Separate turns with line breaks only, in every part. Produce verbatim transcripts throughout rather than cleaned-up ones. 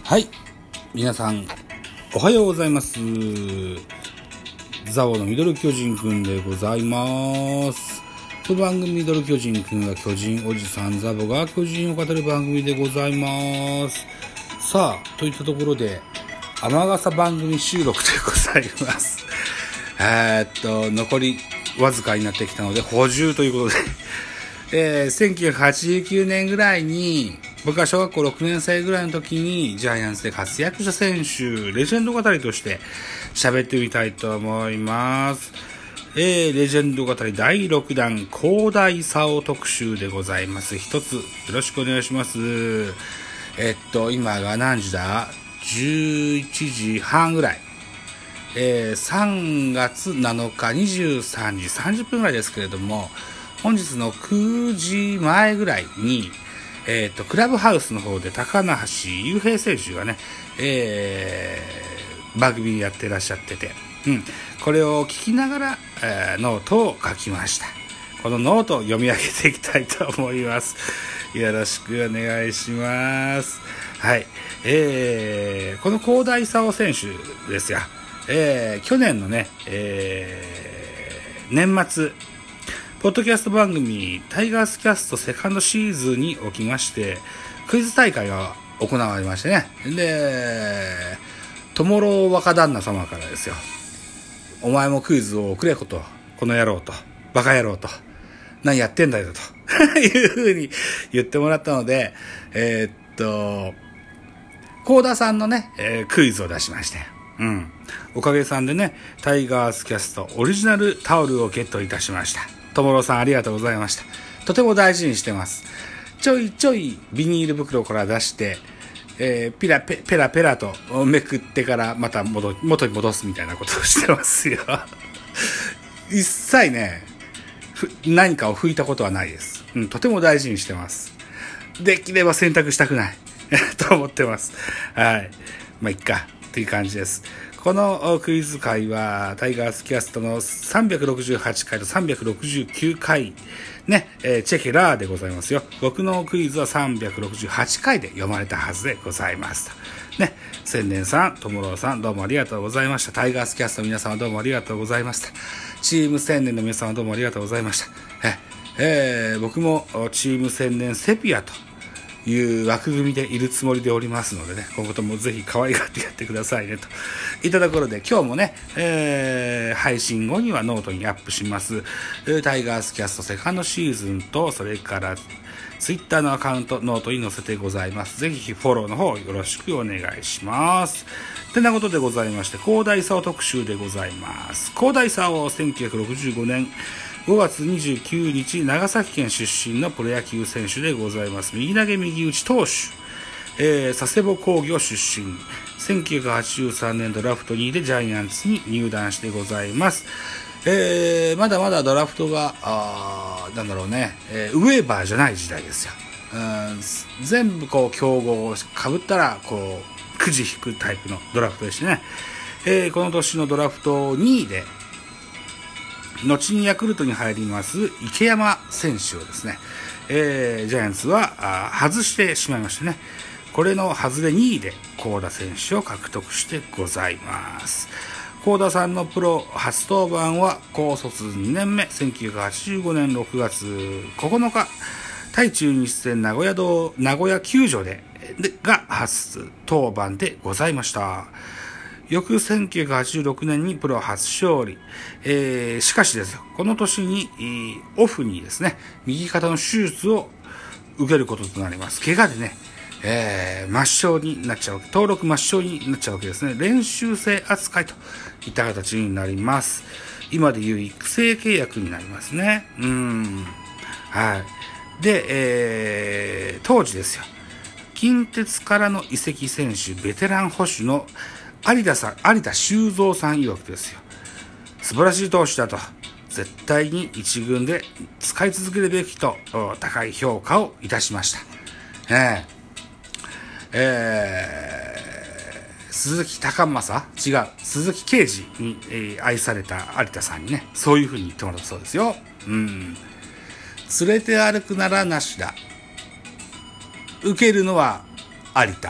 はい、皆さんおはようございます。ザオのミドル巨人くんでございます。この番組ミドル巨人くんは巨人おじさんザボが巨人を語る番組でございます。さあ、といったところで雨傘番組収録でございます。えー、っと残りわずかになってきたので補充ということで、えー、せんきゅうひゃくはちじゅうきゅうねんぐらいに僕は小学校ろくねん生ぐらいの時にジャイアンツで活躍した選手、レジェンド語りとして喋ってみたいと思います。えー、レジェンド語りだいろくだん広大竿特集でございます。一つよろしくお願いします。えっと今が何時だじゅういちじはんぐらい、えー、さんがつなのかにじゅうさんじさんじゅっぷんぐらいですけれども、本日のくじまえぐらいにえっと、クラブハウスの方で高梨雄平選手がね、えー、番組やってらっしゃってて、うん、これを聞きながら、えー、ノートを書きました。このノートを読み上げていきたいと思います。よろしくお願いします。はい、えー、この広大竿選手ですよ。えー、去年のね、えー、年末ポッドキャスト番組タイガースキャストセカンドシーズンにおきましてクイズ大会が行われましてね。で、ともろ若旦那様からですよ、お前もクイズを送れこと、この野郎と、バカ野郎と、何やってんだよというふうに言ってもらったので、えー、っと高田さんのね、えー、クイズを出しまして、うん、おかげさんでねタイガースキャストオリジナルタオルをゲットいたしました。ともろさんありがとうございました。とても大事にしてます。ちょいちょいビニール袋から出して、えー、ピラペペラペラとめくってからまた元元に戻すみたいなことをしてますよ。一切ね何かを拭いたことはないです、うん、とても大事にしてます。できれば洗濯したくないと思ってます。はい、まあいっかっていう感じです。このクイズ会はタイガースキャストのさんびゃくろくじゅうはちかいとさんびゃくろくじゅうきゅうかいね、えー、チェケラーでございますよ。僕のクイズはさんびゃくろくじゅうはちかいで読まれたはずでございますね。千年さん、ともろうさん、どうもありがとうございました。タイガースキャストの皆様どうもありがとうございました。チーム千年の皆様どうもありがとうございました。え、えー、僕もチーム千年セピアという枠組みでいるつもりでおりますのでね、今後ともぜひ可愛がってやってくださいねといったところで、今日もね、えー、配信後にはノートにアップしますタイガースキャストセカンドシーズンと、それからツイッターのアカウントノートに載せてございます。ぜひフォローの方よろしくお願いします。てなことでございまして、広大竿特集でございます。広大竿せんきゅうひゃくろくじゅうごねんごがつにじゅうくにち長崎県出身のプロ野球選手でございます。右投げ右打ち投手、えー、佐世保工業出身、せんきゅうひゃくはちじゅうさんねんドラフトにいでジャイアンツに入団してございます。えー、まだまだドラフトがあなんだろうね、えー、ウェーバーじゃない時代ですよ。うん全部こう競合をかぶったらこうくじ引くタイプのドラフトでしてね、えー、この年のドラフトにいで後にヤクルトに入ります池山選手をですね、えー、ジャイアンツは外してしまいましてね、これの外れにいで高田選手を獲得してございます。高田さんのプロ初登板は高卒にねんめせんきゅうひゃくはちじゅうごねんろくがつここのか対中日戦名古屋道名古屋球場でが初登板でございました。翌せんきゅうひゃくはちじゅうろくねんにプロ初勝利、えー、しかしですよ、この年にオフにですね右肩の手術を受けることとなります。怪我でね、えー、抹消になっちゃう登録抹消になっちゃうわけですね。練習生扱いといった形になります。今でいう育成契約になりますね。うーんはいで、えー、当時ですよ、近鉄からの移籍選手ベテラン捕手の有田さん有田修造さん曰くですよ、素晴らしい投手だと、絶対に一軍で使い続けるべきと高い評価をいたしました。えーえー、鈴木高政違う鈴木啓治に、えー、愛された有田さんにね、そういう風に言ってもらったそうですよ。うん連れて歩くならなしだ、受けるのは有田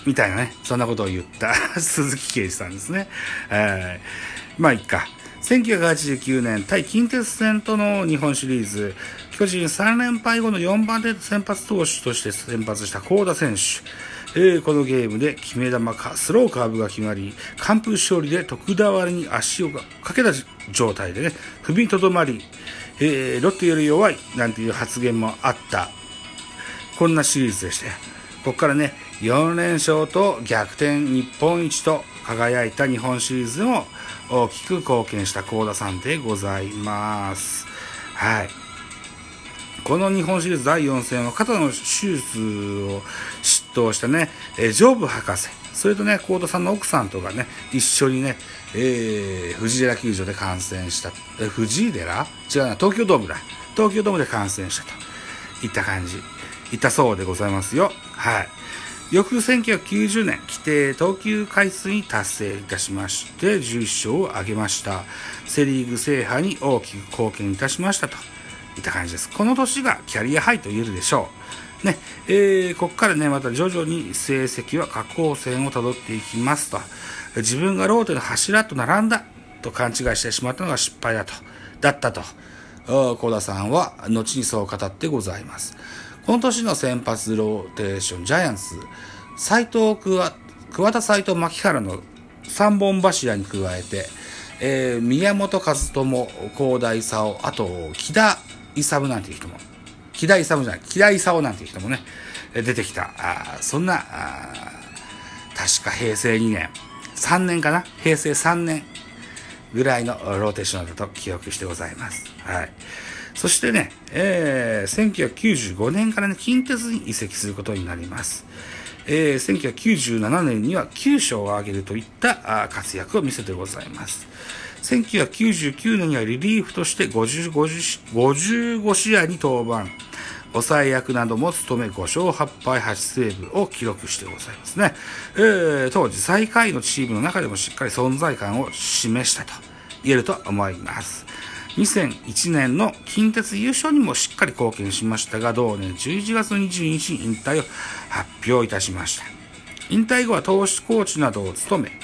みたいなね、そんなことを言った鈴木啓司さんですね。えー、まあいっか。せんきゅうひゃくはちじゅうきゅうねん対近鉄戦との日本シリーズ、巨人さん連敗後のよんばん手先発投手として先発した幸田選手、えー、このゲームで決め球かスローカーブが決まり、完封勝利で徳田割に足をかけた状態でね、不憫とどまり、えー、ロッテより弱いなんていう発言もあった、こんなシリーズでして、ここからね、よん連勝と逆転日本一と輝いた日本シリーズでも大きく貢献した幸田さんでございます。はい。この日本シリーズだいよん戦は肩の手術を執刀したね、えー、上部博士、それとね、幸田さんの奥さんとかね、一緒にね、えー、藤寺球場で観戦した、えー、藤井寺違うな、東京ドームだ。東京ドームで観戦したといった感じ。いったそうでございますよ。はい。翌せんきゅうひゃくきゅうじゅうねん、規定投球回数に達成いたしまして、じゅういっ勝を挙げました。セリーグ制覇に大きく貢献いたしましたといった感じです。この年がキャリアハイと言えるでしょう。ね、えー、ここからね、また徐々に成績は下降線をたどっていきますと。自分がローテの柱と並んだと勘違いしてしまったのが失敗だと、だったと、幸田さんは後にそう語ってございます。この年の先発ローテーション、ジャイアンツ、斉藤桑田斉藤牧原のさんぼん柱に加えて、えー、宮本和友、高田勲、あと木田勇なんていう人も、木田勇じゃない、木田勲なんていう人もね、出てきた、あそんなあ、確か平成にねん、さんねんかな、平成さんねんぐらいのローテーションだったと記憶してございます。はい。そしてね、えー、せんきゅうひゃくきゅうじゅうごねんからね、近鉄に移籍することになります。えー、せんきゅうひゃくきゅうじゅうななねんにはきゅう勝を挙げるといった活躍を見せてございます。せんきゅうひゃくきゅうじゅうきゅうねんにはリリーフとしてごじゅうご試合に登板、抑え役なども務めご勝はち敗はちセーブを記録してございますね。えー、当時最下位のチームの中でもしっかり存在感を示したと言えると思います。にせんいちねんの近鉄優勝にもしっかり貢献しましたが、同年じゅういちがつにじゅうににちに引退を発表いたしました。引退後は投手コーチなどを務め、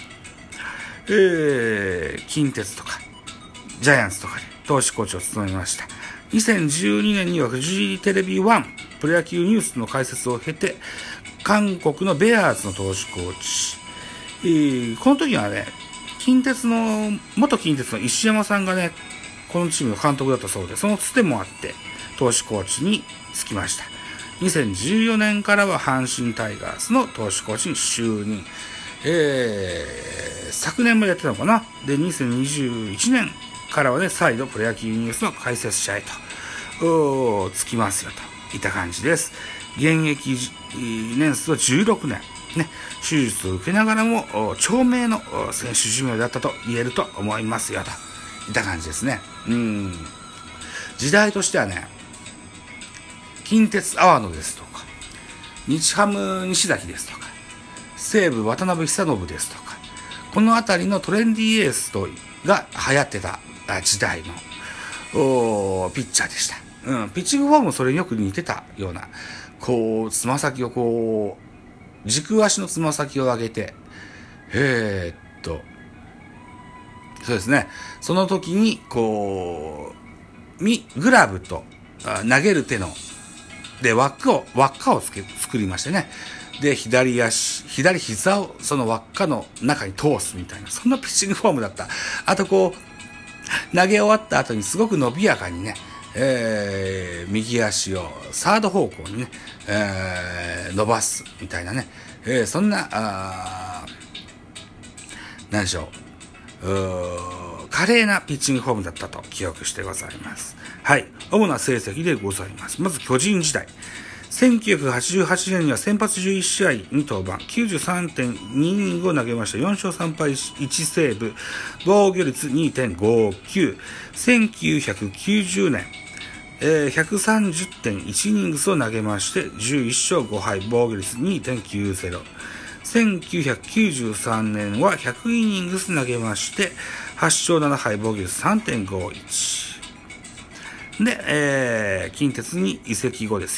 えー、近鉄とかジャイアンツとかで投手コーチを務めました。にせんじゅうにねんにはフジテレビワンプロ野球ニュースの解説を経て、韓国のベアーズの投手コーチ、えー、この時はね、近鉄の元近鉄の石山さんがね、このチームの監督だったそうで、そのつてもあって投手コーチに就きました。にせんじゅうよねんからは阪神タイガースの投手コーチに就任、えー、昨年もやってたのかな。で、にせんにじゅういちねんからはね、再度プロ野球ニュースの解説者へとつきますよといった感じです。現役年数はじゅうろくねん、ね、手術を受けながらも長命の選手寿命だったと言えると思いますよといった感じですね。うん、時代としてはね、近鉄阿波野ですとか、日ハム西崎ですとか、西武渡辺久信ですとか、この辺りのトレンディーエースとが流行ってた時代のピッチャーでした。うん、ピッチングフォームもそれによく似てたような、こうつま先をこう軸足のつま先を上げて、えー、っとそうですね、その時にこうみグラブと投げる手ので輪っかを輪っかをつけ作りましてね、で左足左膝をその輪っかの中に通すみたいな、そんなピッチングフォームだった。あとこう投げ終わった後にすごく伸びやかにね、えー、右足をサード方向にね、えー、伸ばすみたいなね、えー、そんなあ何でしょう、う華麗なピッチングフォームだったと記憶してございます。はい、主な成績でございます。まず巨人時代、せんきゅうひゃくはちじゅうはちねんには先発じゅういち試合に登板、 きゅうじゅうさんてんに イニングを投げました。よん勝さん敗いちセーブ、防御率 にてんごきゅう。 せんきゅうひゃくきゅうじゅうねん、えー、ひゃくさんじゅってんいちイニングスを投げましてじゅういち勝ご敗、防御率 にてんきゅうゼロ。 せんきゅうひゃくきゅうじゅうさんねんはひゃくイニングス投げましてはち勝なな敗、防御率 さんてんごいち で、えー、近鉄に移籍後ですよ。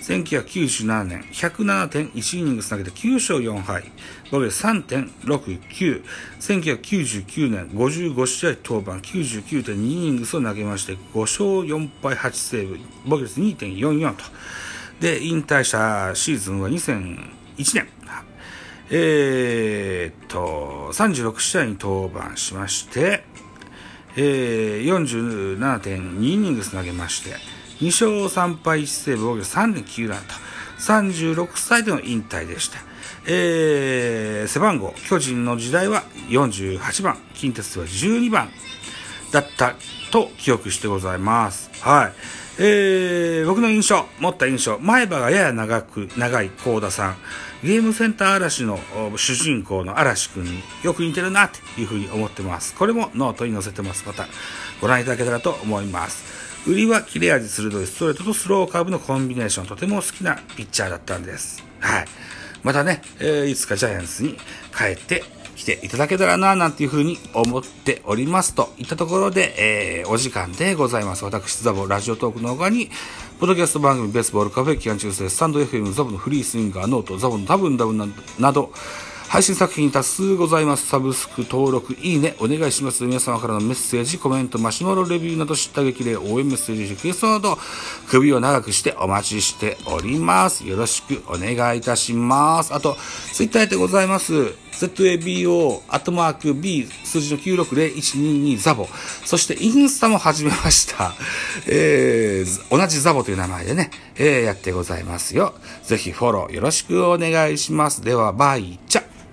せんきゅうひゃくきゅうじゅうななねん、ひゃくななてんいちイニングス投げてきゅうしょうよんはい、防御率 さんてんろくきゅう、せんきゅうひゃくきゅうじゅうきゅうねん、ごじゅうごしあい登板、きゅうじゅうきゅうてんにイニングスを投げまして、ごしょうよんはいはちセーブ、防御率 にてんよんよん と。で、引退したシーズンはにせんいちねん。えー、っと、さんじゅうろくしあいに登板しまして、えー、よんじゅうななてんにイニングス投げまして、にしょうさんはいいちセーブ、防御率 さんてんきゅうなな と、さんじゅうろくさいでの引退でした。えー、背番号、巨人の時代はよんじゅうはちばん、近鉄はじゅうにばんだったと記憶してございます。はい。えー、僕の印象、持った印象、前歯がやや長く、長い幸田さん、ゲームセンター嵐の主人公の嵐くんによく似てるなっていうふうに思ってます。これもノートに載せてます。またご覧いただけたらと思います。売りは切れ味鋭いストレートとスローカーブのコンビネーション、とても好きなピッチャーだったんです。はい。またね、えー、いつかジャイアンツに帰って来ていただけたらな、なんていうふうに思っておりますといったところで、えー、お時間でございます。私、ザボラジオトークの他に、ポッドキャスト番組ベースボールカフェ期間中世スタンド エフエム ザボのフリースインガーノートザボの多分多分など配信作品多数ございます。サブスク登録いいねお願いします。皆様からのメッセージコメントマシュマロレビューなど知った激励応援メッセージリクエストなど首を長くしてお待ちしております。よろしくお願いいたします。あとツイッターやってございます。ゼットエービーオー アットマーク B 数字のきゅうろくぜろいちににザボ。そしてインスタも始めました。えー、同じザボという名前でね、えー、やってございますよ。ぜひフォローよろしくお願いします。ではバイチャ。